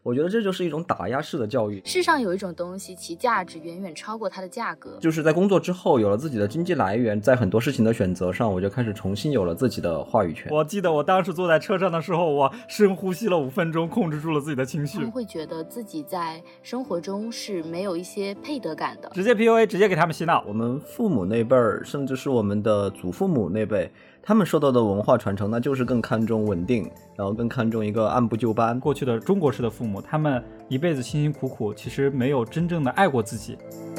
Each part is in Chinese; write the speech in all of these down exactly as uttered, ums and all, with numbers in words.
我觉得这就是一种打压式的教育。 世上有一种东西，其价值远远超过它的价格。 就是在工作之后有了自己的经济来源，在很多事情的选择上，我就开始重新有了自己的话语权。 我记得我当时坐在车上的时候，我深呼吸了五分钟，控制住了自己的情绪。 他们会觉得自己在生活中是没有一些配得感的， 直接 P U A， 直接给他们洗脑。 我们父母那辈儿，甚至是我们的祖父母那辈，他们受到的文化传承，那就是更看重稳定，然后更看重一个按部就班。 过去的中国式的父母，他们一辈子辛辛苦苦，其实没有真正的爱过自己。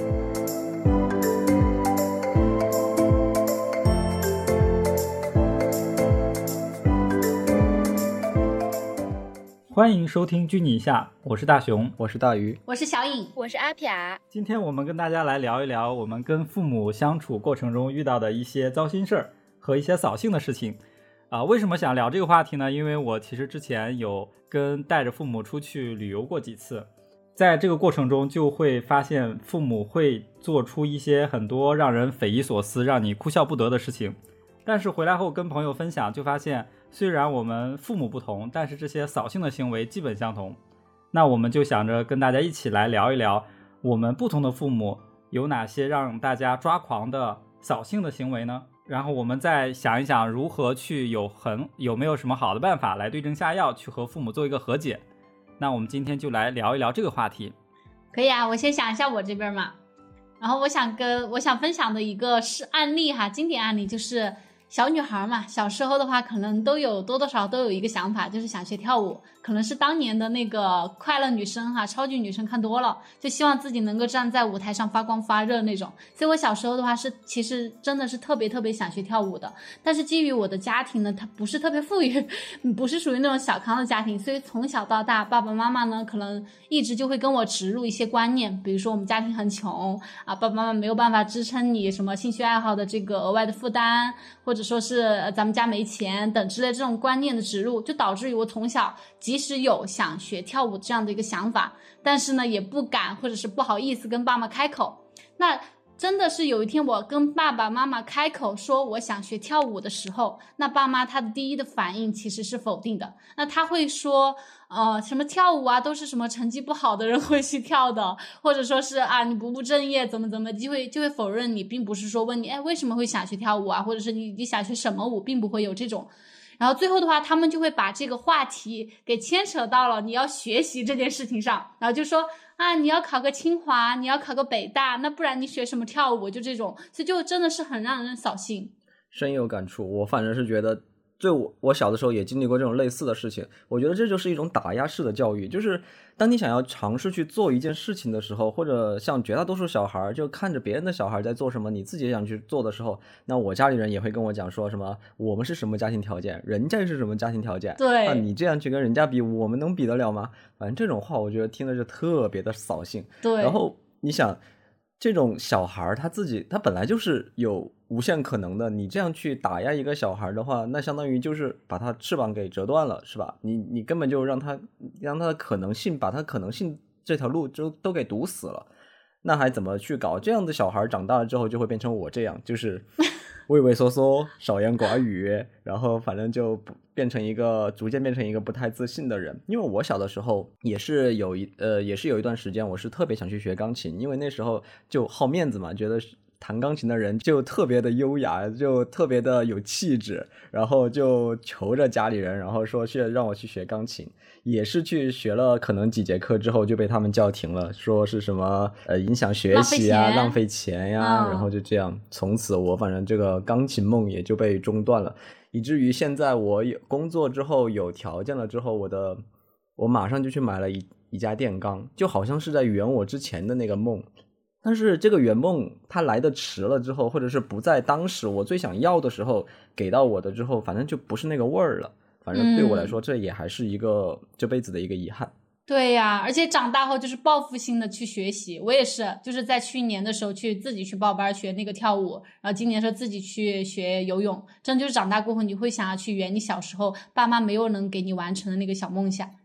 欢迎收听居你一下，我是大熊， 我是大鱼， 我是小颖， 我是阿撇。 今天我们跟大家来聊一聊我们跟父母相处过程中遇到的一些糟心事儿和一些扫兴的事情啊、呃。为什么想聊这个话题呢？因为我其实之前有跟带着父母出去旅游过几次，在这个过程中就会发现父母会做出一些很多让人匪夷所思，让你哭笑不得的事情。但是回来后跟朋友分享，就发现虽然我们父母不同，但是这些扫兴的行为基本相同。那我们就想着跟大家一起来聊一聊，我们不同的父母有哪些让大家抓狂的扫兴的行为呢？然后我们再想一想如何去有很有没有什么好的办法来对症下药，去和父母做一个和解。那我们今天就来聊一聊这个话题。 可以啊，我先想一下我这边嘛。然后我想跟我想分享的一个是案例哈，经典案例就是小女孩嘛，小时候的话可能都有多多少少都有一个想法，就是想学跳舞，可能是当年的那个快乐女生哈，超级女生看多了，就希望自己能够站在舞台上发光发热那种。所以我小时候的话是其实真的是特别特别想学跳舞的，但是基于我的家庭呢，它不是特别富裕，不是属于那种小康的家庭，所以从小到大爸爸妈妈呢可能一直就会跟我植入一些观念，比如说我们家庭很穷啊，爸爸妈妈没有办法支撑你什么兴趣爱好的这个额外的负担，或者说是咱们家没钱等之类这种观念的植入，就导致于我从小即使有想学跳舞这样的一个想法，但是呢也不敢或者是不好意思跟爸妈开口。那真的是有一天我跟爸爸妈妈开口说我想学跳舞的时候，那爸妈他的第一的反应其实是否定的。那他会说呃，什么跳舞啊都是什么成绩不好的人会去跳的，或者说是啊你不务正业怎么怎么，就会就会否认你，并不是说问你哎为什么会想学跳舞啊，或者是你你想学什么舞，并不会有这种。然后最后的话他们就会把这个话题给牵扯到了你要学习这件事情上，然后就说啊你要考个清华，你要考个北大，那不然你学什么跳舞，就这种，所以就真的是很让人扫兴。 深有感触，我反正是觉得对我我小的时候也经历过这种类似的事情，我觉得这就是一种打压式的教育，就是当你想要尝试去做一件事情的时候，或者像绝大多数小孩就看着别人的小孩在做什么，你自己也想去做的时候，那我家里人也会跟我讲说什么我们是什么家庭条件，人家是什么家庭条件， 对， 那你这样去跟人家比，我们能比得了吗？反正这种话我觉得听着就特别的扫兴。 对， 然后你想这种小孩他自己他本来就是有无限可能的，你这样去打压一个小孩的话，那相当于就是把他翅膀给折断了，是吧？你你根本就让他让他的可能性，把他可能性这条路就都给堵死了，那还怎么去搞？这样的小孩长大了之后就会变成我这样，就是畏畏缩缩少言寡语，然后反正就变成一个逐渐变成一个不太自信的人。因为我小的时候也是有一呃也是有一段时间我是特别想去学钢琴，因为那时候就好面子嘛，觉得弹钢琴的人就特别的优雅，就特别的有气质，然后就求着家里人，然后说去让我去学钢琴，也是去学了可能几节课之后就被他们叫停了，说是什么呃影响学习啊，浪费钱呀、嗯、然后就这样从此我反正这个钢琴梦也就被中断了，以至于现在我有工作之后有条件了之后，我的我马上就去买了一一架电钢，就好像是在圆我之前的那个梦。但是这个圆梦它来的迟了之后，或者是不在当时我最想要的时候给到我的之后，反正就不是那个味儿了。反正对我来说、嗯、这也还是一个这辈子的一个遗憾。 对呀，而且长大后就是报复性的去学习，我也是就是在去年的时候去自己去报班学那个跳舞，然后今年说自己去学游泳，真就是长大过后你会想要去圆你小时候爸妈没有能给你完成的那个小梦想。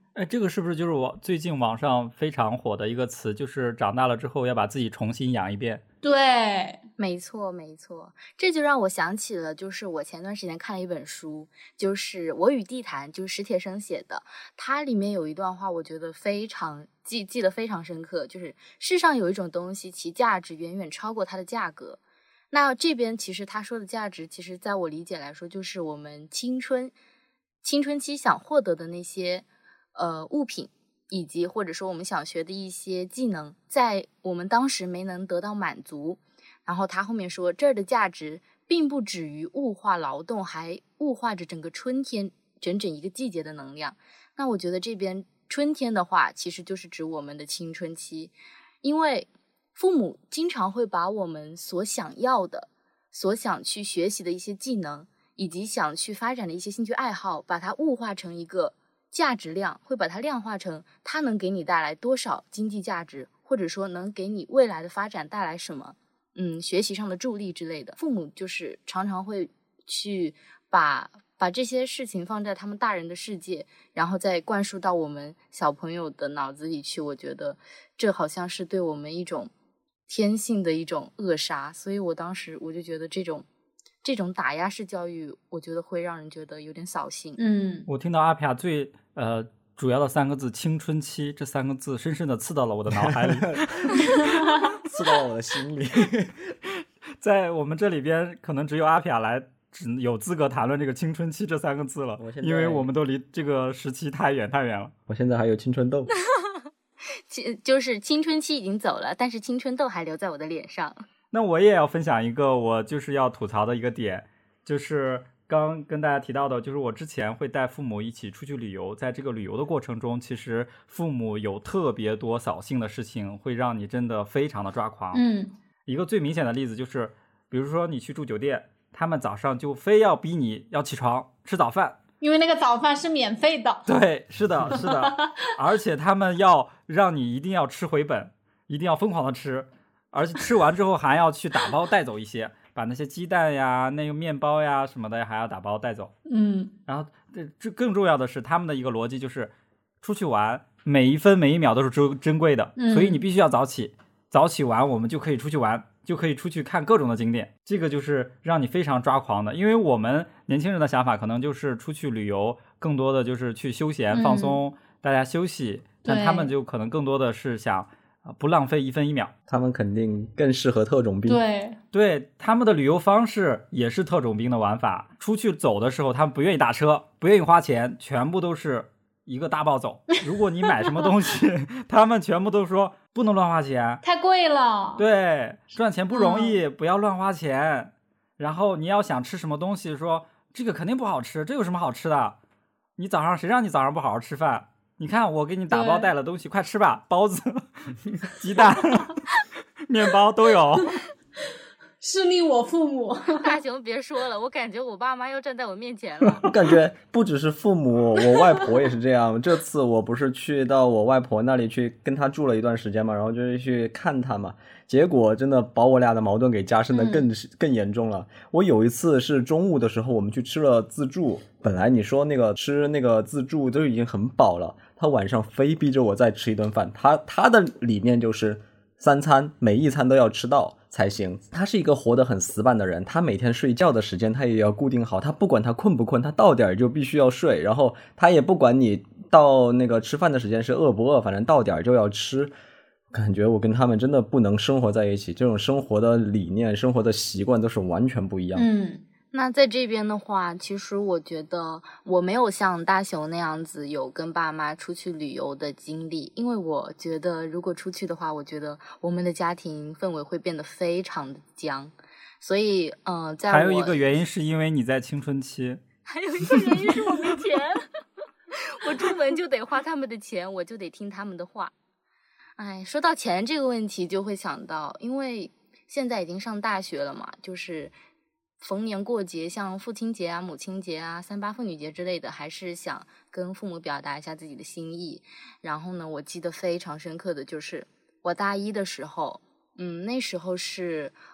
哎，这个是不是就是我最近网上非常火的一个词，就是长大了之后要把自己重新养一遍？ 对， 没错没错，这就让我想起了，就是我前段时间看了一本书，就是《我与地坛》，就是史铁生写的。它里面有一段话，我觉得非常记记得非常深刻，就是世上有一种东西，其价值远远超过它的价格。那这边其实他说的价值，其实在我理解来说，就是我们青春青春期想获得的那些呃物品，以及或者说我们想学的一些技能，在我们当时没能得到满足。然后他后面说，这儿的价值并不止于物化劳动，还物化着整个春天整整一个季节的能量。那我觉得这边春天的话，其实就是指我们的青春期，因为父母经常会把我们所想要的、所想去学习的一些技能，以及想去发展的一些兴趣爱好，把它物化成一个价值量，会把它量化成它能给你带来多少经济价值，或者说能给你未来的发展带来什么，嗯，学习上的助力之类的。父母就是常常会去把把这些事情放在他们大人的世界，然后再灌输到我们小朋友的脑子里去。我觉得这好像是对我们一种天性的一种扼杀，所以我当时我就觉得这种这种打压式教育，我觉得会让人觉得有点扫兴。 嗯， 我听到阿皮亚最呃主要的三个字青春期这三个字深深的刺到了我的脑海里刺到了我的心里在我们这里边可能只有阿皮亚来只有资格谈论这个青春期这三个字了，因为我们都离这个时期太远太远了。 我现在还有青春痘就是青春期已经走了，但是青春痘还留在我的脸上。 那我也要分享一个我就是要吐槽的一个点，就是刚跟大家提到的，就是我之前会带父母一起出去旅游，在这个旅游的过程中，其实父母有特别多扫兴的事情，会让你真的非常的抓狂。 嗯， 一个最明显的例子就是，比如说你去住酒店，他们早上就非要逼你要起床吃早饭， 因为那个早饭是免费的。 对，是的，是的，而且他们要让你一定要吃回本，一定要疯狂的吃，而且吃完之后还要去打包带走一些，把那些鸡蛋呀、那个面包呀什么的还要打包带走。 嗯， 然后这这更重要的是，他们的一个逻辑就是出去玩每一分每一秒都是珍珍贵的， 嗯， 所以你必须要早起，早起完我们就可以出去玩，就可以出去看各种的景点。这个就是让你非常抓狂的，因为我们年轻人的想法可能就是出去旅游，更多的就是去休闲放松， 嗯， 大家休息，但他们就可能更多的是想不浪费一分一秒。 他们肯定更适合特种兵。 对对，他们的旅游方式也是特种兵的玩法。出去走的时候，他们不愿意打车，不愿意花钱，全部都是一个大暴走。如果你买什么东西，他们全部都说不能乱花钱， 太贵了。 对，赚钱不容易，嗯，不要乱花钱。然后你要想吃什么东西，说这个肯定不好吃，这有什么好吃的？你早上谁让你早上不好好吃饭？你看我给你打包带了东西，快吃吧，包子、鸡蛋、面包都有。 是令我父母。 大雄别说了，我感觉我爸妈要站在我面前了。 我感觉不只是父母，我外婆也是这样。这次我不是去到我外婆那里去跟她住了一段时间嘛，然后就是去看她嘛，结果真的把我俩的矛盾给加深的更、嗯、更严重了。我有一次是中午的时候，我们去吃了自助，本来你说那个吃那个自助都已经很饱了，他晚上非逼着我再吃一顿饭，他他的理念就是三餐每一餐都要吃到才行。他是一个活得很死板的人，他每天睡觉的时间他也要固定好，他不管他困不困，他到点就必须要睡，然后他也不管你到那个吃饭的时间是饿不饿，反正到点就要吃。感觉我跟他们真的不能生活在一起，这种生活的理念生活的习惯都是完全不一样。 嗯，那在这边的话，其实我觉得我没有像大雄那样子有跟爸妈出去旅游的经历，因为我觉得如果出去的话，我觉得我们的家庭氛围会变得非常的僵，所以嗯、呃，在我还有一个原因是因为你在青春期， 还有一个原因是我没钱我出门就得花他们的钱，我就得听他们的话。哎，说到钱这个问题就会想到，因为现在已经上大学了嘛，就是逢年过节，像父亲节啊、母亲节啊、三八妇女节之类的，还是想跟父母表达一下自己的心意。然后呢，我记得非常深刻的就是我大一的时候，嗯，那时候是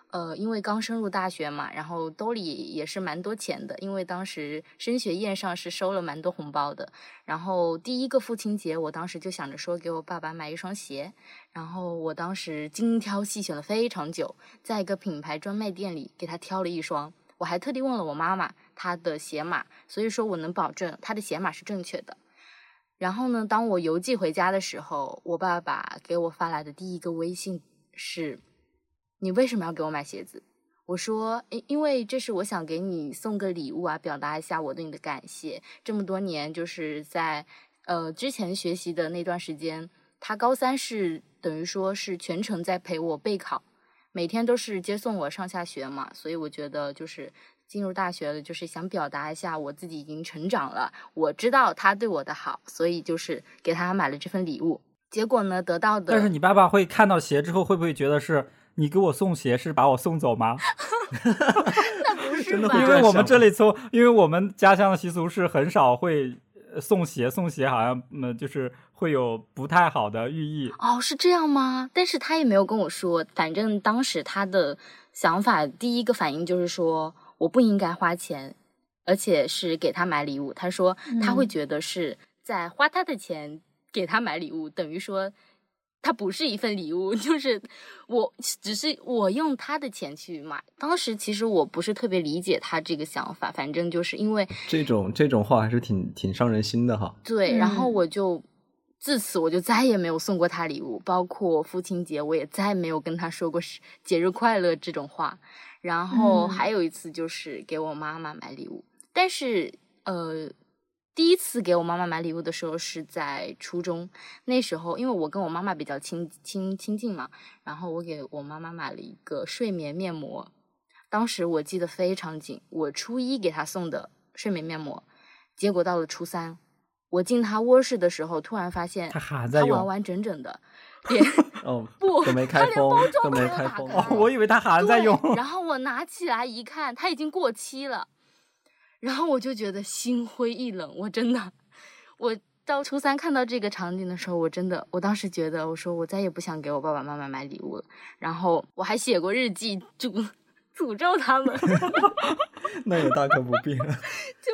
呃，因为刚升入大学嘛，然后兜里也是蛮多钱的，因为当时升学宴上是收了蛮多红包的。然后第一个父亲节，我当时就想着说给我爸爸买一双鞋，然后我当时精挑细选了非常久，在一个品牌专卖店里给他挑了一双，我还特地问了我妈妈她的鞋码，所以说我能保证她的鞋码是正确的。然后呢，当我邮寄回家的时候，我爸爸给我发来的第一个微信是，你为什么要给我买鞋子？我说，因为这是我想给你送个礼物啊，表达一下我对你的感谢。这么多年，就是在呃之前学习的那段时间，他高三是等于说是全程在陪我备考，每天都是接送我上下学嘛，所以我觉得就是进入大学了，就是想表达一下我自己已经成长了，我知道他对我的好，所以就是给他买了这份礼物。结果呢，得到的， 但是你爸爸会看到鞋之后，会不会觉得是你给我送鞋是把我送走吗？ 那不是吧？ 因为我们这里从，因为我们家乡的习俗是很少会送鞋，送鞋好像嗯就是会有不太好的寓意。 哦，是这样吗？但是他也没有跟我说，反正当时他的想法第一个反应就是说我不应该花钱，而且是给他买礼物。他说他会觉得是在花他的钱给他买礼物，等于说它不是一份礼物，就是我只是我用他的钱去买。当时其实我不是特别理解他这个想法，反正就是因为这种这种话还是挺挺伤人心的哈。 对， 嗯然后我就自此我就再也没有送过他礼物，包括父亲节我也再没有跟他说过节日快乐这种话。然后还有一次就是给我妈妈买礼物，但是呃第一次给我妈妈买礼物的时候是在初中，那时候因为我跟我妈妈比较亲亲亲近嘛，然后我给我妈妈买了一个睡眠面膜，当时我记得非常紧，我初一给她送的睡眠面膜，结果到了初三，我进她窝室的时候，突然发现她还在用， 她完完整整的，连哦不都没开封，都没开封， 哦，我以为她还在用。 然后我拿起来一看，它已经过期了。然后我就觉得心灰意冷，我真的，我到初三看到这个场景的时候，我真的，我当时觉得，我说我再也不想给我爸爸妈妈买礼物了。然后我还写过日记，诅诅咒他们。 那也大可不必了。 就是，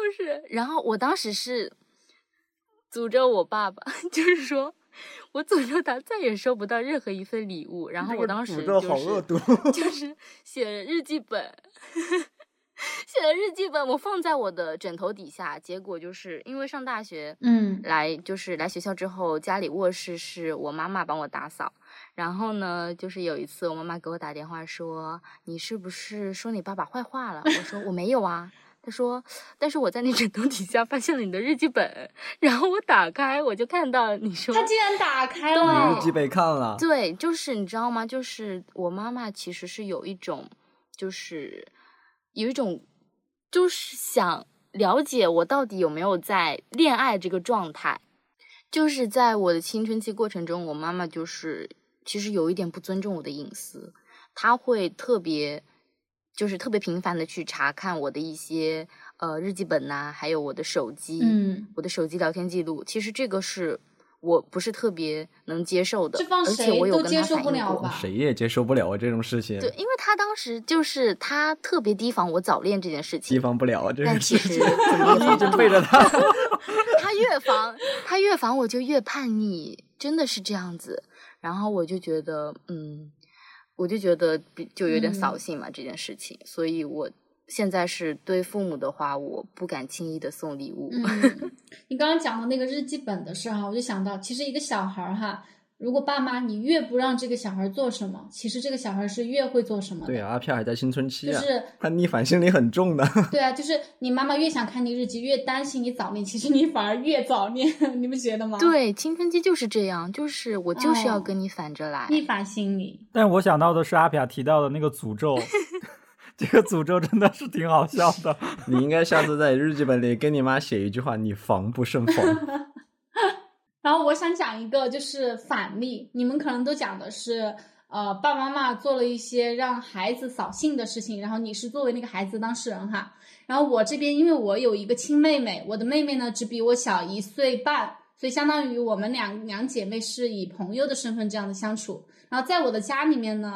然后我当时是诅咒我爸爸，就是说我诅咒他再也收不到任何一份礼物。然后我当时、就是、 诅咒好恶毒， 就是写日记本。写了日记本，我放在我的枕头底下。结果就是因为上大学， 嗯， 来就是来学校之后，家里卧室是我妈妈帮我打扫。然后呢，就是有一次我妈妈给我打电话说：“你是不是说你爸爸坏话了？”我说：“我没有啊。”她说：“但是我在你枕头底下发现了你的日记本。”然后我打开，我就看到你说， 他竟然打开了， 日记被看了。 对，就是你知道吗？就是我妈妈其实是有一种，就是有一种。就是想了解我到底有没有在恋爱这个状态。就是在我的青春期过程中，我妈妈就是其实有一点不尊重我的隐私，她会特别就是特别频繁的去查看我的一些呃日记本呐、啊，还有我的手机， 嗯， 我的手机聊天记录。其实这个是我不是特别能接受的， 这放而且我有跟他反映过， 谁也接受不了这种事情。 对，因为他当时就是他特别提防我早恋这件事情， 提防不了啊，这但其实怎么一直背着他， 他越防他越防我就越叛逆，真的是这样子。然后我就觉得，嗯，我就觉得就有点扫兴嘛、嗯、这件事情，所以我。现在是对父母的话，我不敢轻易的送礼物。 嗯，你刚刚讲的那个日记本的事哈，我就想到，其实一个小孩哈，如果爸妈你越不让这个小孩做什么，其实这个小孩是越会做什么的。 对啊，阿飘还在青春期啊， 就是叛逆反心理很重的。 对啊，就是你妈妈越想看你日记，越担心你早恋，其实你反而越早恋，你不觉得吗？ 对，青春期就是这样，就是我就是要跟你反着来， 哦、逆反心理。 但我想到的是阿飘提到的那个诅咒。这个诅咒真的是挺好笑的。 你应该下次在日记本里跟你妈写一句话，你防不胜防。 然后我想讲一个就是反例，你们可能都讲的是呃，爸爸妈妈做了一些让孩子扫兴的事情，然后你是作为那个孩子当事人哈。然后我这边因为我有一个亲妹妹，我的妹妹呢只比我小一岁半，所以相当于我们两两姐妹是以朋友的身份这样的相处。然后在我的家里面呢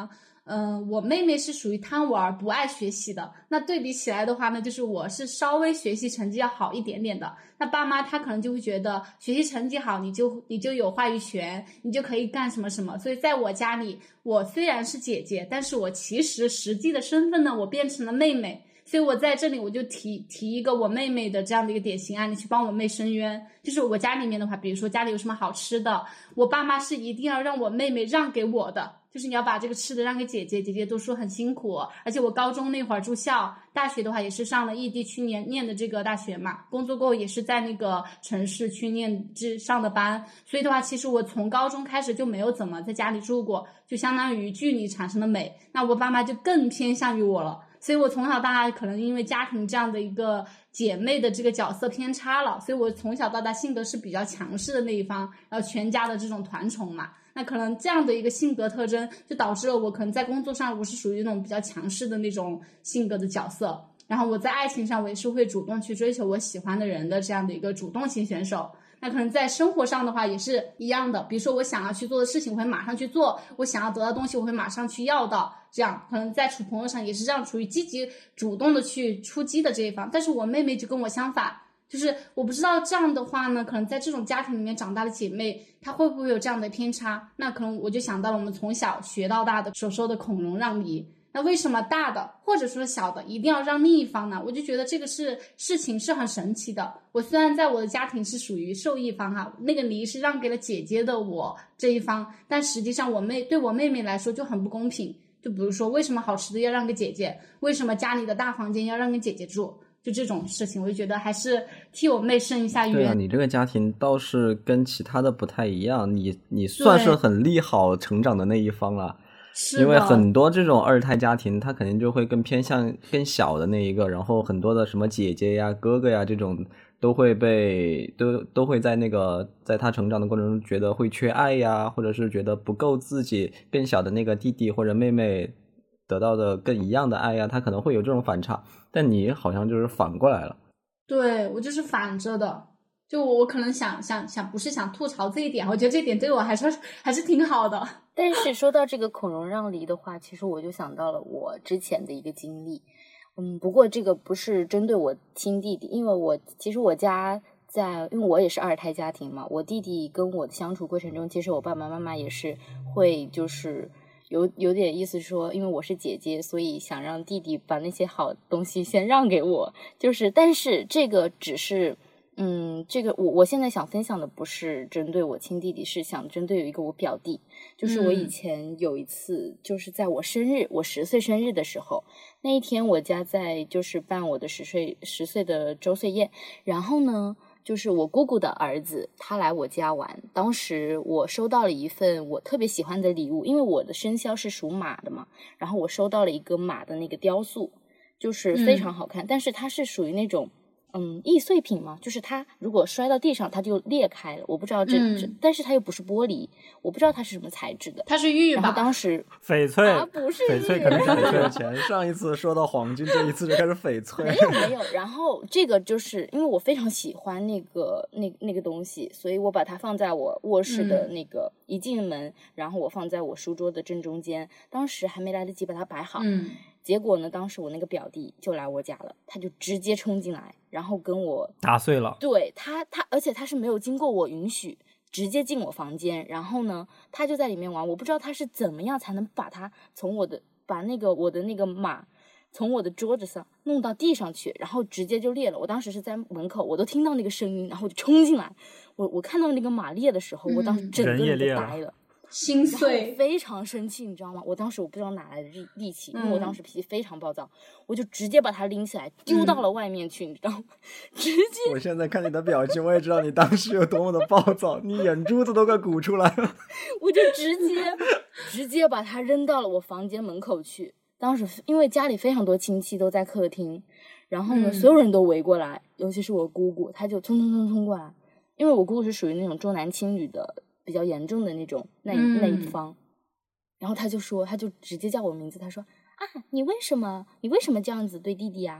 嗯、呃，我妹妹是属于贪玩不爱学习的，那对比起来的话呢，就是我是稍微学习成绩要好一点点的。那爸妈他可能就会觉得学习成绩好，你就你就有话语权，你就可以干什么什么。所以在我家里，我虽然是姐姐，但是我其实实际的身份呢，我变成了妹妹。所以我在这里我就提提一个我妹妹的这样的一个典型案例，去帮我妹申冤。就是我家里面的话，比如说家里有什么好吃的，我爸妈是一定要让我妹妹让给我的，就是你要把这个吃的让给姐姐，姐姐读书很辛苦，而且我高中那会儿住校，大学的话也是上了异地去念念的这个大学嘛，工作过后也是在那个城市去念这上的班，所以的话其实我从高中开始就没有怎么在家里住过，就相当于距离产生了美，那我爸妈就更偏向于我了。所以我从小到大可能因为家庭这样的一个姐妹的这个角色偏差了，所以我从小到大性格是比较强势的那一方，然后全家的这种团宠嘛，那可能这样的一个性格特征就导致了我可能在工作上我是属于那种比较强势的那种性格的角色，然后我在爱情上我也是会主动去追求我喜欢的人的这样的一个主动型选手。那可能在生活上的话也是一样的，比如说我想要去做的事情我会马上去做，我想要得到东西我会马上去要到，这样可能在处朋友上也是这样，处于积极主动的去出击的这一方。但是我妹妹就跟我相反，就是我不知道这样的话呢，可能在这种家庭里面长大的姐妹她会不会有这样的偏差。那可能我就想到了我们从小学到大的所说的孔融让梨，那为什么大的或者说小的一定要让另一方呢？我就觉得这个是事情是很神奇的。我虽然在我的家庭是属于受益方哈，那个梨是让给了姐姐的我这一方，但实际上我妹对我妹妹来说就很不公平。就比如说为什么好吃的要让给姐姐，为什么家里的大房间要让给姐姐住，就这种事情我就觉得还是替我妹申一下冤。 对啊，你这个家庭倒是跟其他的不太一样，你你算是很利好成长的那一方了。因为很多这种二胎家庭他肯定就会更偏向更小的那一个，然后很多的什么姐姐呀哥哥呀这种都会被都都会在那个在他成长的过程中觉得会缺爱呀，或者是觉得不够自己更小的那个弟弟或者妹妹得到的更一样的爱呀，他可能会有这种反差，但你好像就是反过来了。 对，我就是反着的，就我可能想想想不是想吐槽这一点，我觉得这一点对我还是还是挺好的。 但是说到这个孔融让梨的话，其实我就想到了我之前的一个经历。嗯，不过这个不是针对我亲弟弟，因为我其实我家在，因为我也是二胎家庭嘛，我弟弟跟我的相处过程中，其实我爸爸妈妈也是会就是有有点意思说，因为我是姐姐，所以想让弟弟把那些好东西先让给我，就是但是这个只是嗯，这个我我现在想分享的不是针对我亲弟弟，是想针对有一个我表弟，就是我以前有一次，嗯、就是在我生日，我十岁生日的时候，那一天我家在就是办我的十岁十岁的周岁宴，然后呢，就是我姑姑的儿子他来我家玩，当时我收到了一份我特别喜欢的礼物，因为我的生肖是属马的嘛，然后我收到了一个马的那个雕塑，就是非常好看，嗯、但是它是属于那种。嗯，易碎品嘛，就是它如果摔到地上，它就裂开了。我不知道这，嗯、这但是它又不是玻璃，我不知道它是什么材质的。 它是玉吧？ 然后当时翡翠， 啊，不是翡翠，可能是翡翠。 钱上一次说到黄金，这一次就开始翡翠。 没有没有，然后这个就是因为我非常喜欢那个那那个东西，所以我把它放在我卧室的那个、嗯、一进门，然后我放在我书桌的正中间。当时还没来得及把它摆好。 嗯。 结果呢，当时我那个表弟就来我家了，他就直接冲进来，然后跟我打碎了。 对他，他而且他是没有经过我允许，直接进我房间，然后呢，他就在里面玩。我不知道他是怎么样才能把他从我的把那个我的那个马从我的桌子上弄到地上去，然后直接就裂了。我当时是在门口，我都听到那个声音，然后就冲进来。我我看到那个马裂的时候，我当时整个人都呆了。 心碎， 非常生气，你知道吗？我当时我不知道哪来的力力气，因为我当时脾气非常暴躁，我就直接把他拎起来丢到了外面去，嗯、你知道吗？直接。 我现在看你的表情，我也知道你当时有多么的暴躁，你眼珠子都快鼓出来了。 我就直接直接把他扔到了我房间门口去。当时因为家里非常多亲戚都在客厅，然后呢，嗯、所有人都围过来，尤其是我姑姑，她就冲冲冲冲过来，因为我姑姑是属于那种重男轻女的。比较严重的那种那一、嗯、那一方，然后他就说，他就直接叫我名字，他说啊，你为什么你为什么这样子对弟弟啊？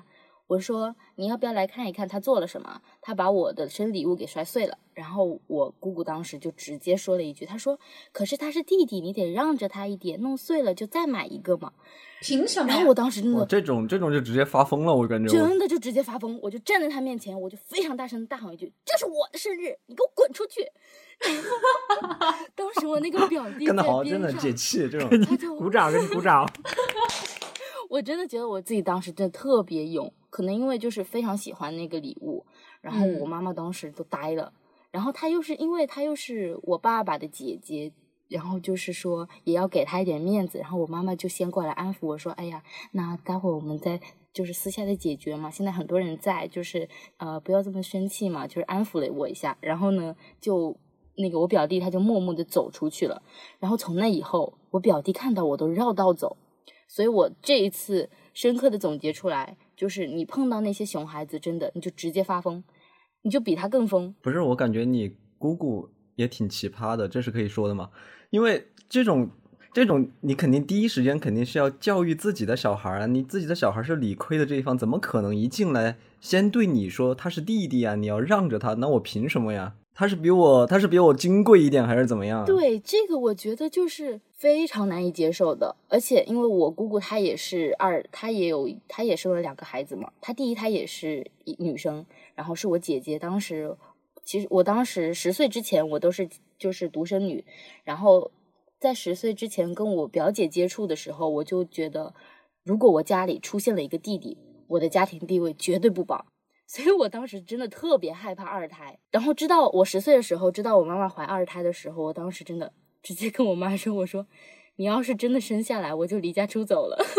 我说你要不要来看一看他做了什么？他把我的生日礼物给摔碎了。然后我姑姑当时就直接说了一句，他说可是他是弟弟，你得让着他一点，弄碎了就再买一个嘛。 凭什么呀？ 然后我当时真的这种这种就直接发疯了，我感觉真的就直接发疯，我就站在他面前，我就非常大声大喊一句，这是我的生日，你给我滚出去。当时我那个表弟干得好， 在边真的上解气，这种给你他就鼓掌，给你鼓掌。 我真的觉得我自己当时真的特别勇，可能因为就是非常喜欢那个礼物，然后我妈妈当时都呆了，嗯、然后她又是因为她又是我爸爸的姐姐，然后就是说也要给她一点面子，然后我妈妈就先过来安抚我说，哎呀，那待会儿我们再就是私下的解决嘛，现在很多人在，就是呃不要这么生气嘛，就是安抚了我一下，然后呢就那个我表弟他就默默的走出去了，然后从那以后我表弟看到我都绕道走。所以我这一次深刻的总结出来，就是你碰到那些熊孩子，真的你就直接发疯，你就比他更疯。 不是，我感觉你姑姑也挺奇葩的，这是可以说的吗？因为这种这种你肯定第一时间肯定是要教育自己的小孩啊，你自己的小孩是理亏的这一方，怎么可能一进来先对你说他是弟弟啊，你要让着他，那我凭什么呀？他是比我他是比我金贵一点还是怎么样？ 对，这个我觉得就是非常难以接受的。而且因为我姑姑她也是二，她也有她也生了两个孩子嘛，她第一胎也是女生，然后是我姐姐。当时其实我当时十岁之前我都是就是独生女，然后在十岁之前跟我表姐接触的时候，我就觉得如果我家里出现了一个弟弟，我的家庭地位绝对不保。所以我当时真的特别害怕二胎，然后知道我十岁的时候，知道我妈妈怀二胎的时候，我当时真的直接跟我妈说，我说你要是真的生下来，我就离家出走了。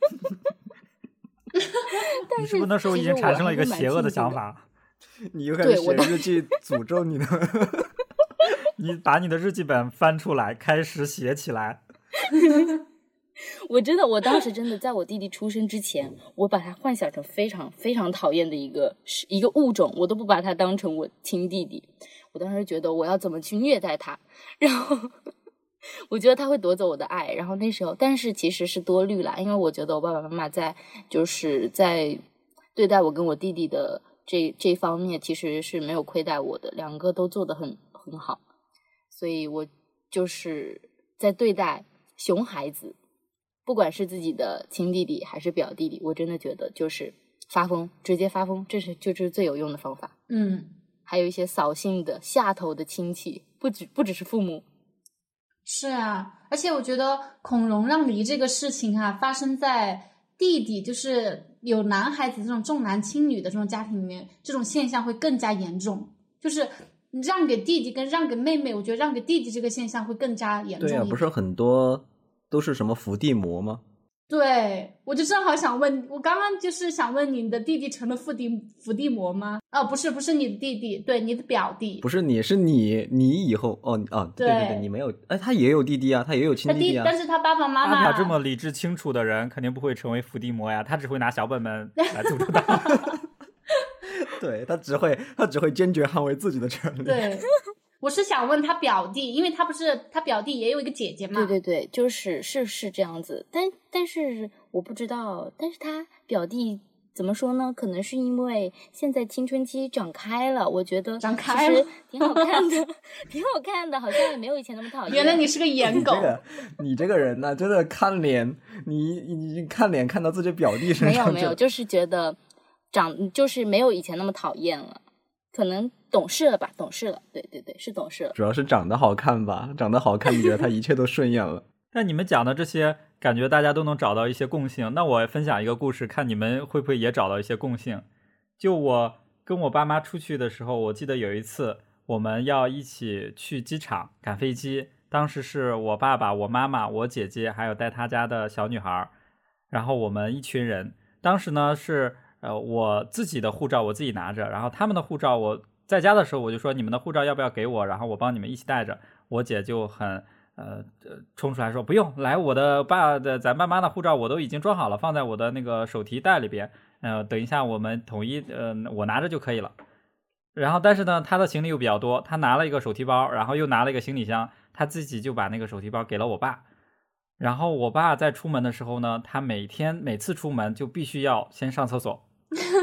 但你是不是那时候已经产生了一个邪恶的想法？ 你又开始写日记诅咒你的你把你的日记本翻出来开始写起来。 我真的，我当时真的在我弟弟出生之前，我把他幻想成非常非常讨厌的一个一个物种，我都不把他当成我亲弟弟。我当时觉得我要怎么去虐待他，然后我觉得他会夺走我的爱。然后那时候，但是其实是多虑啦，因为我觉得我爸爸妈妈在就是在对待我跟我弟弟的这这方面其实是没有亏待我的，两个都做得很很好，所以我就是在对待熊孩子。不管是自己的亲弟弟还是表弟弟，我真的觉得就是发疯，直接发疯，这是就是最有用的方法。 嗯， 还有一些扫兴的下头的亲戚，不只不只是父母。 是啊，而且我觉得孔融让梨这个事情啊，发生在弟弟就是有男孩子这种重男轻女的这种家庭里面，这种现象会更加严重。就是你让给弟弟跟让给妹妹，我觉得让给弟弟这个现象会更加严重一点。 对啊，不是很多都是什么伏地魔吗？ 对，我就正好想问，我刚刚就是想问你的弟弟成了伏地伏地魔吗？哦，不是，不是你的弟弟，对，你的表弟。 不是你，是你，你以后哦哦，对对对，你没有，哎，他也有弟弟啊，他也有亲弟弟啊。 但是他爸爸妈妈， 阿表这么理智清楚的人，肯定不会成为伏地魔呀，他只会拿小本本来诅咒他。 对，他只会他只会坚决捍卫自己的权利。 对。我是想问他表弟，因为他不是他表弟也有一个姐姐嘛？ 对对对，就是是是这样子，但但是我不知道，但是他表弟怎么说呢？可能是因为现在青春期长开了，我觉得长开了其实挺好看的，挺好看的，好像也没有以前那么讨厌。 原来你是个颜狗。 你这个你这个人呢、啊，真的看脸，你你看脸看到自己表弟身上。 没有没有，就是觉得长就是没有以前那么讨厌了。可能懂事了吧，懂事了，对对对，是懂事了。 主要是长得好看吧，长得好看，你觉得他一切都顺眼了。 但你们讲的这些，感觉大家都能找到一些共性。那我分享一个故事，看你们会不会也找到一些共性。就我跟我爸妈出去的时候，我记得有一次我们要一起去机场赶飞机，当时是我爸爸、我妈妈、我姐姐，还有带他家的小女孩，然后我们一群人。当时呢是呃，我自己的护照我自己拿着，然后他们的护照我在家的时候我就说你们的护照要不要给我，然后我帮你们一起带着。我姐就很呃冲出来说不用，来我的爸的咱爸妈的护照我都已经装好了，放在我的那个手提袋里边，呃，等一下我们统一呃我拿着就可以了。然后但是呢他的行李又比较多，他拿了一个手提包，然后又拿了一个行李箱，他自己就把那个手提包给了我爸。然后我爸在出门的时候呢，他每天每次出门就必须要先上厕所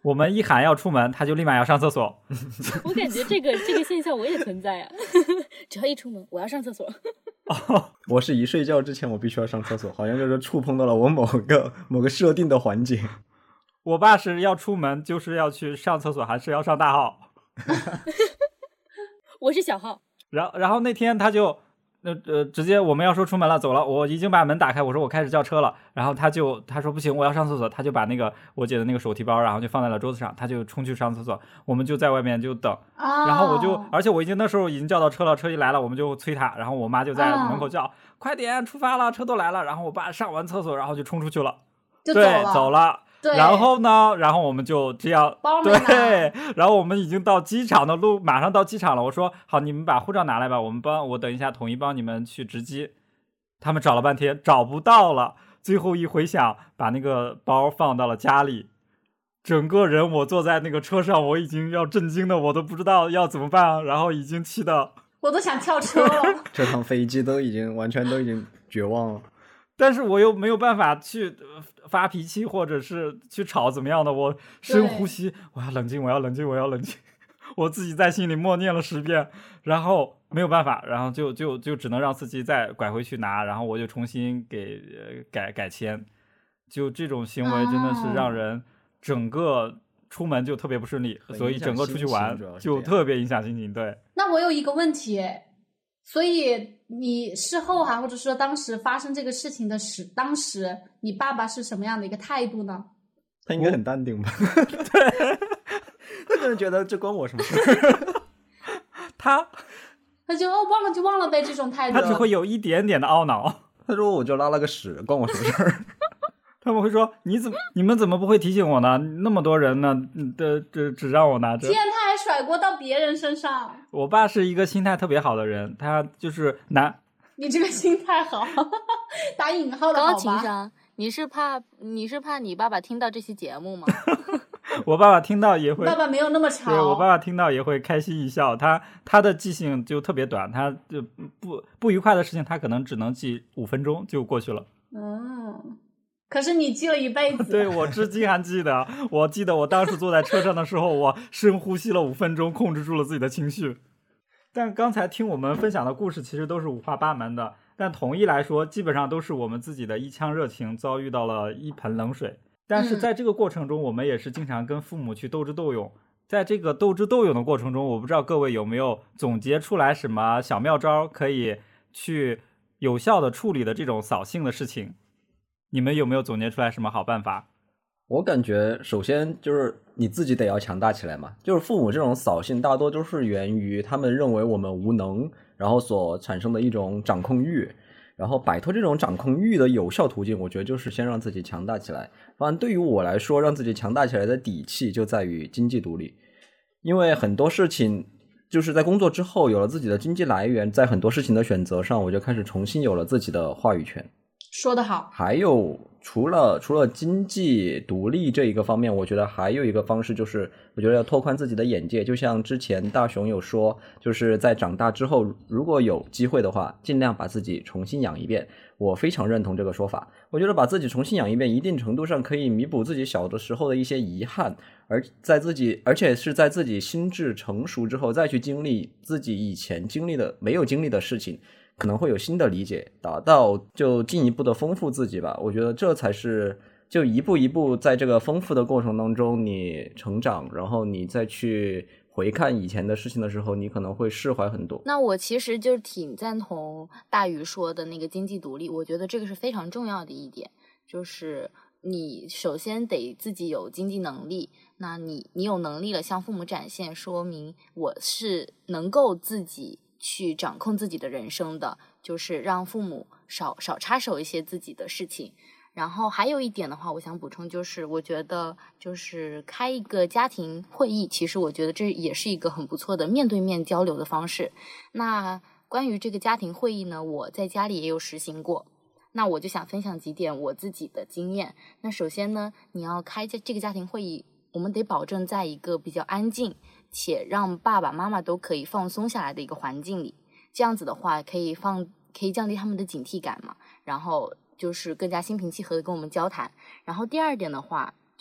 我们一喊要出门，他就立马要上厕所。 我感觉这个这个现象我也存在啊，只要一出门我要上厕所。 哦，我是一睡觉之前我必须要上厕所，好像就是触碰到了我某个某个设定的环节。 我爸是要出门就是要去上厕所还是要上大号。 我是小号。 然后然后那天他就呃呃直接我们要说出门了走了，我已经把门打开，我说我开始叫车了，然后他就他说不行我要上厕所，他就把那个我姐的那个手提包然后就放在了桌子上，他就冲去上厕所，我们就在外面就等、 哦、 然后我就而且我已经那时候已经叫到车了，车一来了我们就催他，然后我妈就在门口叫、哦、快点出发了，车都来了，然后我爸上完厕所然后就冲出去了， 就走了对走了。 对， 然后呢然后我们就这样对，然后我们已经到机场的路，马上到机场了，我说好你们把护照拿来吧，我们帮我等一下统一帮你们去值机。他们找了半天找不到了，最后一回想把那个包放到了家里，整个人我坐在那个车上我已经要震惊的我都不知道要怎么办，然后已经气的我都想跳车了。 这趟飞机都已经完全都已经绝望了， 但是我又没有办法去发脾气或者是去吵怎么样的，我深呼吸，我要冷静我要冷静我要冷静，我自己在心里默念了十遍，然后没有办法，然后就就就只能让司机再拐回去拿，然后我就重新给、呃、改改签。就这种行为真的是让人整个出门就特别不顺利、啊、所以整个出去玩就特别影响心情。对， 那我有一个问题，所以你事后哈、啊，或者说当时发生这个事情的时，当时你爸爸是什么样的一个态度呢？ 他应该很淡定吧？对，他可能觉得这关我什么事。 他他就哦忘了就忘了呗，这种态度。 他只会有一点点的懊恼。 他说我就拉了个屎，关我什么事儿？ 他们会说你怎么你们怎么不会提醒我呢？那么多人呢，这这只让我拿着。 既然他还甩锅到别人身上。 我爸是一个心态特别好的人，他就是拿。 你这个心态好，打引号的好吧。 高情商，你是怕你是怕你爸爸听到这期节目吗？ 我爸爸听到也会， 爸爸没有那么吵。 对，我爸爸听到也会开心一笑。他他的记性就特别短，他就不不愉快的事情，他可能只能记五分钟就过去了。 嗯。可是你记了一辈子。 对，我至今还记得，我记得我当时坐在车上的时候，我深呼吸了五分钟，控制住了自己的情绪。但刚才听我们分享的故事其实都是五花八门的，但统一来说基本上都是我们自己的一腔热情遭遇到了一盆冷水。但是在这个过程中、嗯、我们也是经常跟父母去斗智斗勇，在这个斗智斗勇的过程中，我不知道各位有没有总结出来什么小妙招可以去有效的处理的这种扫兴的事情，你们有没有总结出来什么好办法？ 我感觉首先就是你自己得要强大起来嘛，就是父母这种扫兴大多都是源于他们认为我们无能，然后所产生的一种掌控欲，然后摆脱这种掌控欲的有效途径，我觉得就是先让自己强大起来。反正对于我来说，让自己强大起来的底气就在于经济独立，因为很多事情就是在工作之后有了自己的经济来源，在很多事情的选择上我就开始重新有了自己的话语权。 说得好。 还有除了除了经济独立这一个方面，我觉得还有一个方式就是我觉得要拓宽自己的眼界，就像之前大雄有说，就是在长大之后如果有机会的话尽量把自己重新养一遍，我非常认同这个说法。我觉得把自己重新养一遍一定程度上可以弥补自己小的时候的一些遗憾，而在自己而且是在自己心智成熟之后再去经历自己以前经历的没有经历的事情，可能会有新的理解，达到就进一步的丰富自己吧。我觉得这才是就一步一步在这个丰富的过程当中你成长，然后你再去回看以前的事情的时候，你可能会释怀很多。 那我其实就挺赞同大鱼说的那个经济独立，我觉得这个是非常重要的一点，就是你首先得自己有经济能力，那你你有能力了向父母展现，说明我是能够自己去掌控自己的人生的，就是让父母少少插手一些自己的事情。然后还有一点的话我想补充，就是我觉得就是开一个家庭会议，其实我觉得这也是一个很不错的面对面交流的方式。那关于这个家庭会议呢，我在家里也有实行过，那我就想分享几点我自己的经验。那首先呢，你要开这个家庭会议，我们得保证在一个比较安静且让爸爸妈妈都可以放松下来的一个环境里，这样子的话可以放可以降低他们的警惕感嘛，然后就是更加心平气和的跟我们交谈。然后第二点的话，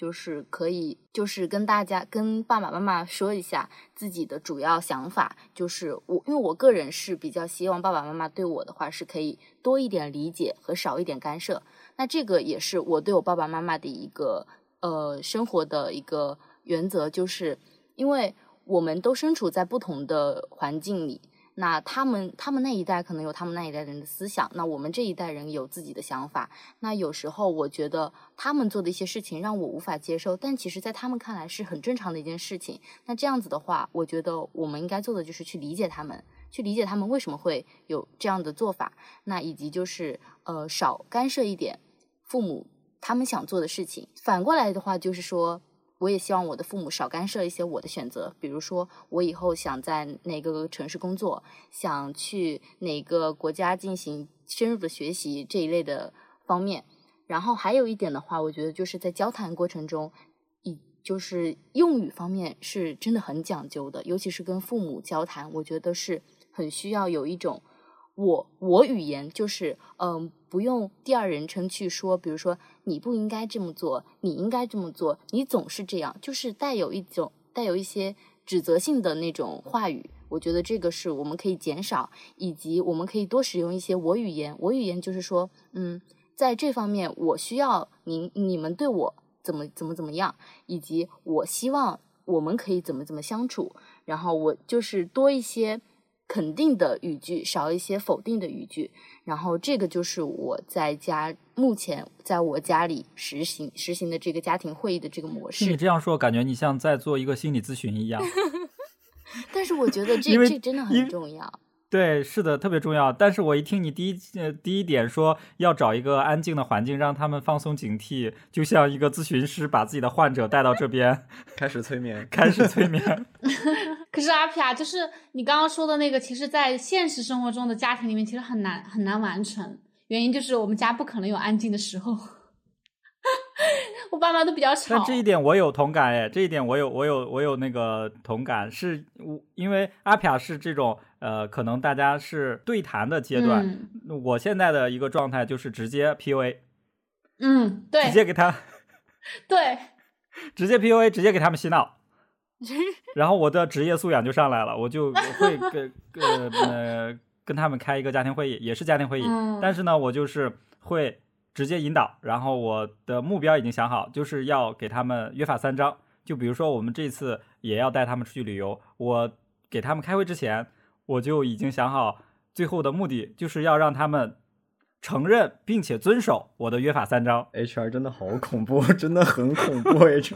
就是可以就是跟大家跟爸爸妈妈说一下自己的主要想法，就是我因为我个人是比较希望爸爸妈妈对我的话是可以多一点理解和少一点干涉，那这个也是我对我爸爸妈妈的一个呃生活的一个原则，就是因为我们都身处在不同的环境里，那他们他们那一代可能有他们那一代人的思想，那我们这一代人有自己的想法，那有时候我觉得他们做的一些事情让我无法接受，但其实在他们看来是很正常的一件事情，那这样子的话我觉得我们应该做的就是去理解他们，去理解他们为什么会有这样的做法，那以及就是呃少干涉一点父母他们想做的事情。反过来的话就是说我也希望我的父母少干涉一些我的选择，比如说我以后想在哪个城市工作，想去哪个国家进行深入的学习这一类的方面。然后还有一点的话，我觉得就是在交谈过程中以就是用语方面是真的很讲究的，尤其是跟父母交谈，我觉得是很需要有一种我我语言，就是嗯，不用第二人称去说，比如说你不应该这么做，你应该这么做，你总是这样，就是带有一种带有一些指责性的那种话语，我觉得这个是我们可以减少，以及我们可以多使用一些我语言。我语言就是说嗯，在这方面我需要您你们对我怎么怎么怎么样，以及我希望我们可以怎么怎么相处，然后我就是多一些肯定的语句，少一些否定的语句，然后这个就是我在家目前在我家里实行实行的这个家庭会议的这个模式。 你这样说感觉你像在做一个心理咨询一样但是我觉得这这真的很重要。 对，是的，特别重要。但是我一听你第一呃第一点说要找一个安静的环境，让他们放松警惕，就像一个咨询师把自己的患者带到这边， 开始催眠， 开始催眠。 可是阿皮啊，就是你刚刚说的那个，其实在现实生活中的家庭里面，其实很难很难完成。原因就是我们家不可能有安静的时候。我爸妈都比较吵。 但这一点我有同感哎，这一点我有我有我有那个同感，是因为阿皮亚是这种呃，可能大家是对谈的阶段、嗯、我现在的一个状态就是直接 P U A。 嗯，对， 直接给他对， 直接 P U A， 直接给他们洗脑然后我的职业素养就上来了，我就会跟呃呃跟他们开一个家庭会议，也是家庭会议、嗯、但是呢我就是会直接引导，然后我的目标已经想好，就是要给他们约法三章。就比如说我们这次也要带他们出去旅游，我给他们开会之前我就已经想好最后的目的，就是要让他们承认并且遵守我的约法三章。 H R 真的好恐怖，真的很恐怖H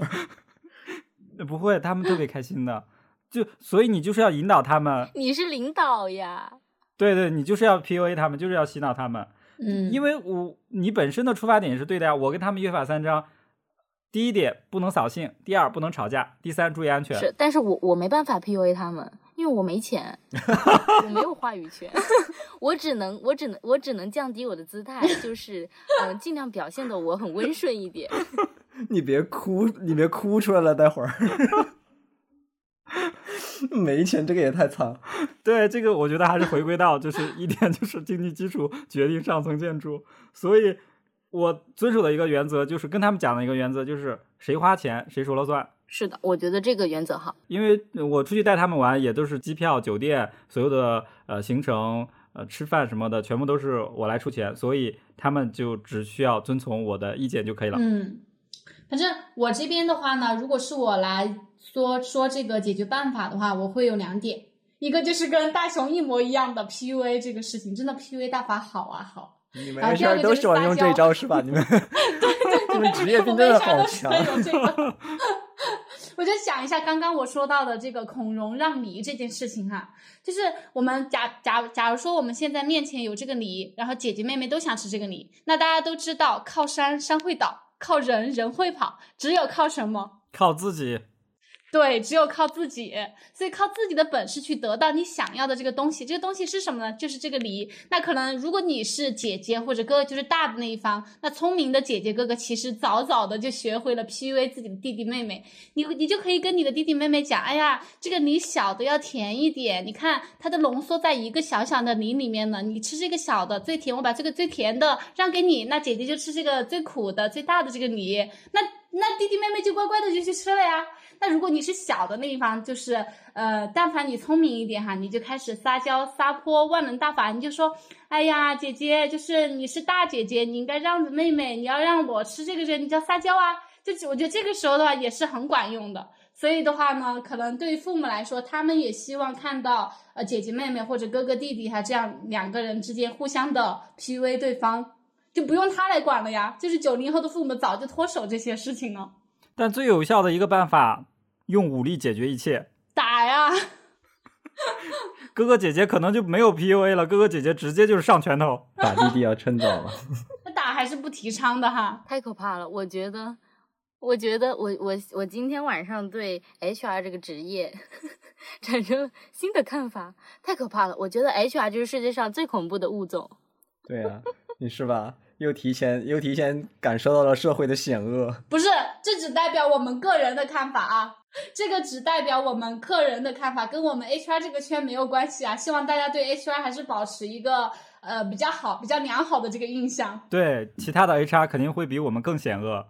R 不会，他们特别开心的，就所以你就是要引导他们。 你是领导呀。 对对，你就是要 P U A 他们，就是要洗脑他们。 嗯， 因为我你本身的出发点也是对的呀。我跟他们约法三章，第一点不能扫兴，第二不能吵架，第三注意安全。 是，但是我我没办法 P U A 他们，因为我没钱我没有话语权我只能我只能我只能降低我的姿态，就是嗯、呃，尽量表现的我很温顺一点你别哭，你别哭出来了，待会儿没钱，这个也太惨。 对，这个我觉得还是回归到就是一点，就是经济基础决定上层建筑。所以我遵守的一个原则，就是跟他们讲的一个原则，就是谁花钱谁说了算。 是的，我觉得这个原则好。 因为我出去带他们玩也都是机票酒店所有的呃行程呃吃饭什么的全部都是我来出钱，所以他们就只需要遵从我的意见就可以了。 嗯，反正我这边的话呢，如果是我来说说这个解决办法的话，我会有两点。一个就是跟大雄一模一样的 P U A 这个事情，真的 P U A 大法好啊好。 你们 H R 都喜欢用这招是吧？你们对对对， 你们职业病真的好强。 有这个我就想一下刚刚我说到的这个孔融让梨这件事情哈、啊，就是我们假假假如说我们现在面前有这个梨，然后姐姐妹妹都想吃这个梨，那大家都知道靠山山会倒，靠人人会跑，只有靠什么？ 靠自己。 对，只有靠自己，所以靠自己的本事去得到你想要的这个东西。这个东西是什么呢？就是这个梨。那可能如果你是姐姐或者哥哥，就是大的那一方，那聪明的姐姐哥哥其实早早的就学会了 P U A 自己的弟弟妹妹。你你就可以跟你的弟弟妹妹讲，哎呀，这个梨小的要甜一点，你看它的浓缩在一个小小的梨里面呢，你吃这个小的最甜，我把这个最甜的让给你，那姐姐就吃这个最苦的最大的这个梨。那那弟弟妹妹就乖乖的就去吃了呀。那如果你是小的那一方，就是呃，但凡你聪明一点哈，你就开始撒娇撒泼万能大法，你就说，哎呀，姐姐，就是你是大姐姐，你应该让着妹妹，你要让我吃这个人，你叫撒娇啊。就我觉得这个时候的话也是很管用的。所以的话呢，可能对于父母来说，他们也希望看到呃姐姐妹妹或者哥哥弟弟哈，这样两个人之间互相的 P U A 对方，就不用他来管了呀。就是九零后的父母早就脱手这些事情了。 但最有效的一个办法，用武力解决一切， 打呀。 哥哥姐姐可能就没有 P U A 了，哥哥姐姐直接就是上拳头。 打弟弟要趁早了。 打还是不提倡的哈， 太可怕了。我觉得我觉得我我我今天晚上对 H R 这个职业产生了新的看法，太可怕了。我觉得 H R 就是世界上最恐怖的物种。 对啊，你是吧？又提前又提前感受到了社会的险恶。 不是，这只代表我们个人的看法啊，这个只代表我们个人的看法，跟我们 H R 这个圈没有关系啊。希望大家对 H R 还是保持一个呃比较好、比较良好的这个印象。 对，其他的 H R 肯定会比我们更险恶。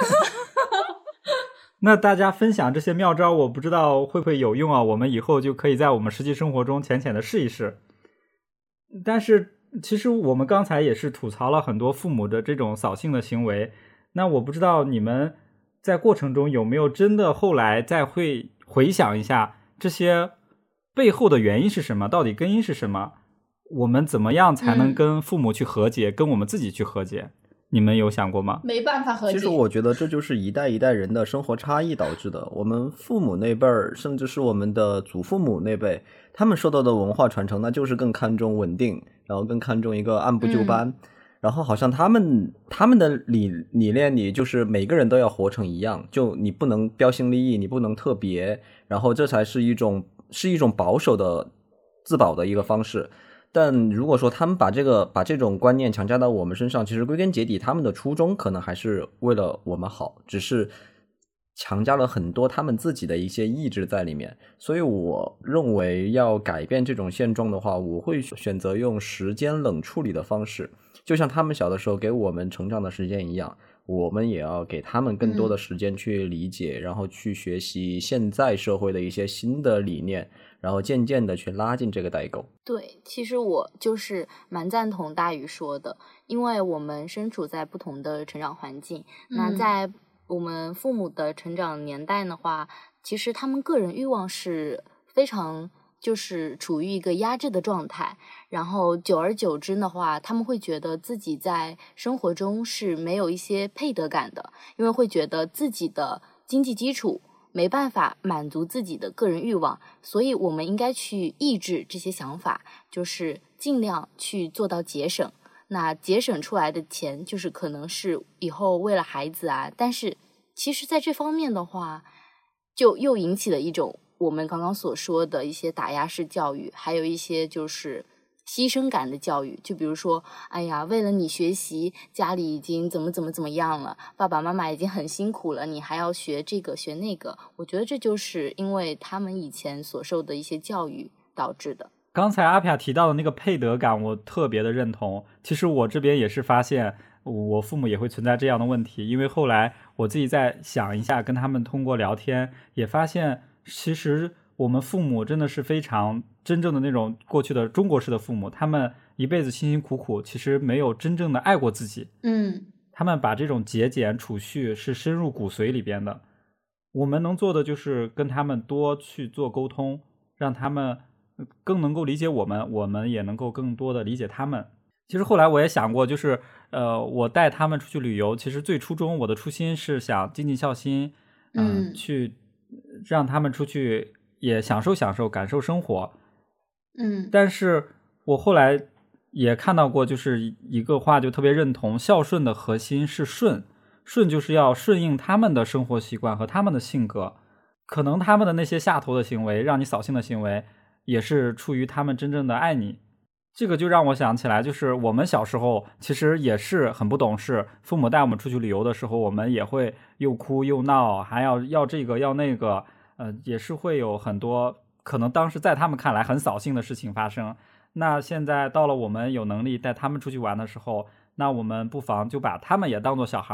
那大家分享这些妙招，我不知道会不会有用啊？我们以后就可以在我们实际生活中浅浅的试一试。但是其实我们刚才也是吐槽了很多父母的这种扫兴的行为，那我不知道你们在过程中有没有真的后来再会回想一下这些背后的原因是什么，到底根因是什么，我们怎么样才能跟父母去和解、嗯、跟我们自己去和解，你们有想过吗？ 没办法和解。 其实我觉得这就是一代一代人的生活差异导致的。我们父母那辈儿，甚至是我们的祖父母那辈，他们受到的文化传承，那就是更看重稳定，然后更看重一个按部就班、嗯、然后好像他们他们的理理念里就是每个人都要活成一样，就你不能标新立异，你不能特别，然后这才是一种是一种保守的自保的一个方式。但如果说他们把这个把这种观念强加到我们身上，其实归根结底他们的初衷可能还是为了我们好，只是强加了很多他们自己的一些意志在里面。所以我认为要改变这种现状的话，我会选择用时间冷处理的方式，就像他们小的时候给我们成长的时间一样，我们也要给他们更多的时间去理解、嗯、然后去学习现在社会的一些新的理念，然后渐渐的去拉近这个代沟。 对，其实我就是蛮赞同大宇说的，因为我们身处在不同的成长环境、嗯、那在我们父母的成长年代的话，其实他们个人欲望是非常就是处于一个压制的状态，然后久而久之的话，他们会觉得自己在生活中是没有一些配得感的，因为会觉得自己的经济基础没办法满足自己的个人欲望，所以我们应该去抑制这些想法，就是尽量去做到节省。那节省出来的钱就是可能是以后为了孩子啊，但是其实在这方面的话，就又引起了一种我们刚刚所说的一些打压式教育，还有一些就是牺牲感的教育。就比如说，哎呀，为了你学习，家里已经怎么怎么怎么样了，爸爸妈妈已经很辛苦了，你还要学这个学那个。我觉得这就是因为他们以前所受的一些教育导致的。 刚才阿皮亚提到的那个配得感，我特别的认同。其实我这边也是发现我父母也会存在这样的问题，因为后来我自己再想一下，跟他们通过聊天也发现，其实我们父母真的是非常真正的那种过去的中国式的父母，他们一辈子辛辛苦苦，其实没有真正的爱过自己。 嗯， 他们把这种节俭储蓄是深入骨髓里边的。我们能做的就是跟他们多去做沟通，让他们更能够理解我们，我们也能够更多的理解他们。其实后来我也想过，就是呃，我带他们出去旅游，其实最初衷我的初心是想尽尽孝心，呃、嗯，去让他们出去也享受享受，感受生活。 嗯， 但是我后来也看到过，就是一个话就特别认同，孝顺的核心是顺，顺就是要顺应他们的生活习惯和他们的性格。可能他们的那些下头的行为，让你扫兴的行为，也是出于他们真正的爱你。这个就让我想起来，就是我们小时候其实也是很不懂事，父母带我们出去旅游的时候，我们也会又哭又闹，还要要这个要那个，呃，也是会有很多可能当时在他们看来很扫兴的事情发生。那现在到了我们有能力带他们出去玩的时候，那我们不妨就把他们也当作小孩，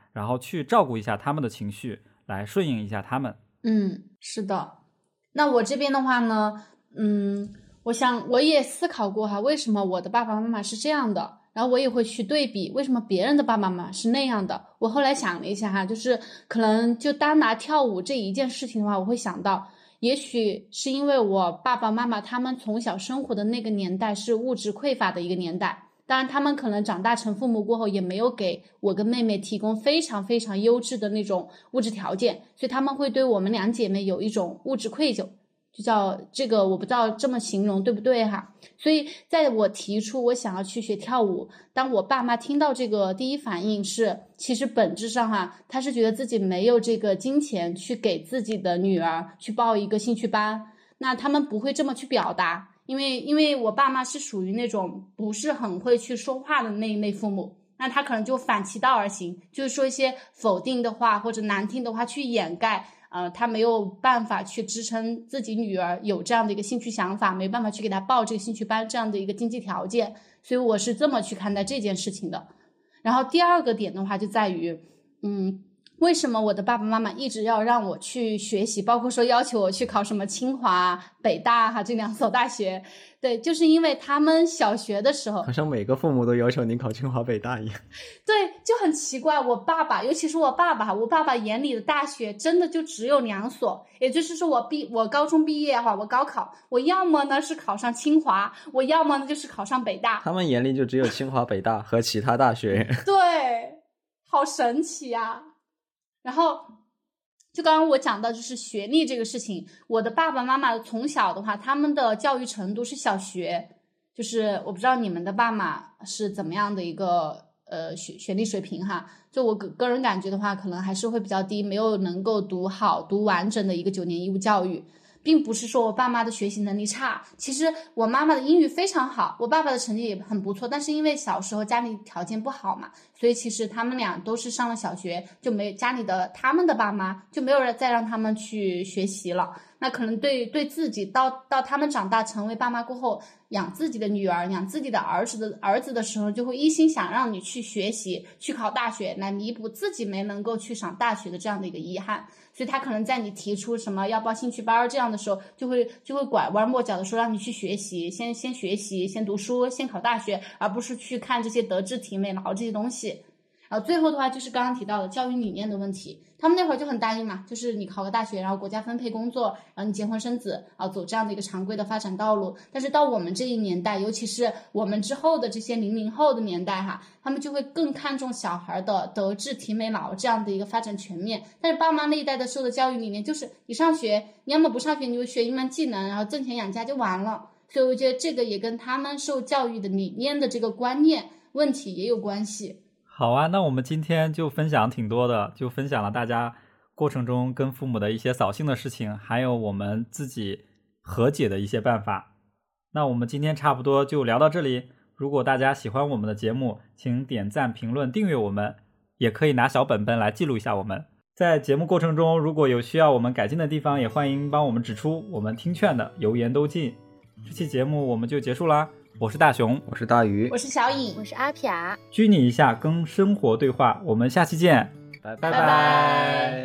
然后去照顾一下他们的情绪，来顺应一下他们。 嗯，是的。那我这边的话呢，嗯，我想我也思考过哈，为什么我的爸爸妈妈是这样的，然后我也会去对比为什么别人的爸爸妈妈是那样的。我后来想了一下哈，就是可能就单拿跳舞这一件事情的话，我会想到也许是因为我爸爸妈妈他们从小生活的那个年代是物质匮乏的一个年代，当然他们可能长大成父母过后也没有给我跟妹妹提供非常非常优质的那种物质条件，所以他们会对我们两姐妹有一种物质愧疚，就叫这个我不知道这么形容对不对哈。所以在我提出我想要去学跳舞，当我爸妈听到这个第一反应是其实本质上哈，他是觉得自己没有这个金钱去给自己的女儿去报一个兴趣班，那他们不会这么去表达，因为因为我爸妈是属于那种不是很会去说话的那一类父母，那他可能就反其道而行，就是说一些否定的话或者难听的话去掩盖呃，他没有办法去支撑自己女儿有这样的一个兴趣想法，没办法去给她报这个兴趣班这样的一个经济条件，所以我是这么去看待这件事情的。然后第二个点的话就在于嗯，为什么我的爸爸妈妈一直要让我去学习，包括说要求我去考什么清华北大哈这两所大学，对，就是因为他们小学的时候好像每个父母都要求你考清华北大一样。 对，就很奇怪，我爸爸尤其是我爸爸我爸爸眼里的大学真的就只有两所，也就是说我毕我高中毕业哈，我高考我要么呢是考上清华，我要么呢就是考上北大， 他们眼里就只有清华北大和其他大学。 对，好神奇啊。然后就刚刚我讲到就是学历这个事情，我的爸爸妈妈从小的话他们的教育程度是小学，就是我不知道你们的爸妈是怎么样的一个呃学学历水平哈，就我个个人感觉的话可能还是会比较低，没有能够读好读完整的一个九年义务教育，并不是说我爸妈的学习能力差，其实我妈妈的英语非常好，我爸爸的成绩也很不错，但是因为小时候家里条件不好嘛，所以其实他们俩都是上了小学，就没家里的他们的爸妈就没有人再让他们去学习了。那可能对对自己到到他们长大成为爸妈过后，养自己的女儿养自己的儿子的儿子的时候，就会一心想让你去学习去考大学，来弥补自己没能够去上大学的这样的一个遗憾。所以他可能在你提出什么要报兴趣班这样的时候，就会就会拐弯抹角的说让你去学习，先先学习先读书先考大学，而不是去看这些德智体美劳这些东西。然后最后的话就是刚刚提到的教育理念的问题，他们那会儿就很单一嘛，就是你考个大学，然后国家分配工作，然后你结婚生子，然后走这样的一个常规的发展道路。但是到我们这一年代，尤其是我们之后的这些零零后的年代哈，他们就会更看重小孩的德智体美劳这样的一个发展全面。但是爸妈那一代的受的教育理念就是你上学，你要么不上学你就学一门技能，然后挣钱养家就完了。所以我觉得这个也跟他们受教育的理念的这个观念问题也有关系。 好啊，那我们今天就分享挺多的，就分享了大家过程中跟父母的一些扫兴的事情，还有我们自己和解的一些办法。那我们今天差不多就聊到这里，如果大家喜欢我们的节目，请点赞评论订阅我们，也可以拿小本本来记录一下我们。在节目过程中如果有需要我们改进的地方，也欢迎帮我们指出，我们听劝的油盐都进。这期节目我们就结束啦，我是大熊， 我是大鱼， 我是小颖， 我是阿撇， 拘你一下跟生活对话，我们下期见， 拜拜拜。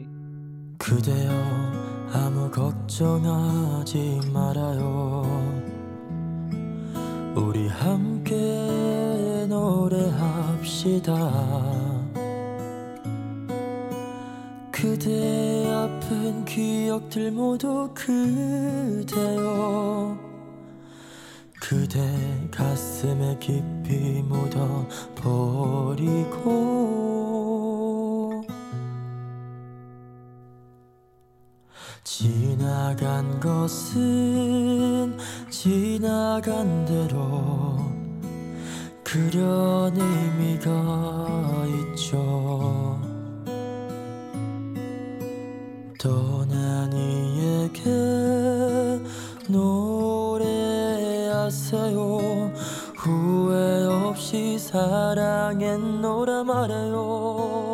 그대여 아무 걱정하지 말아요 우리 함께 노래합시다 그대의 아픈 기억들 모두 그대여 그대 가슴에 깊이 묻어버리고 지나간 것은 지나간 대로 그런 의미가 있죠 떠난 이에게 노래하세요 후회 없이 사랑했노라 말해요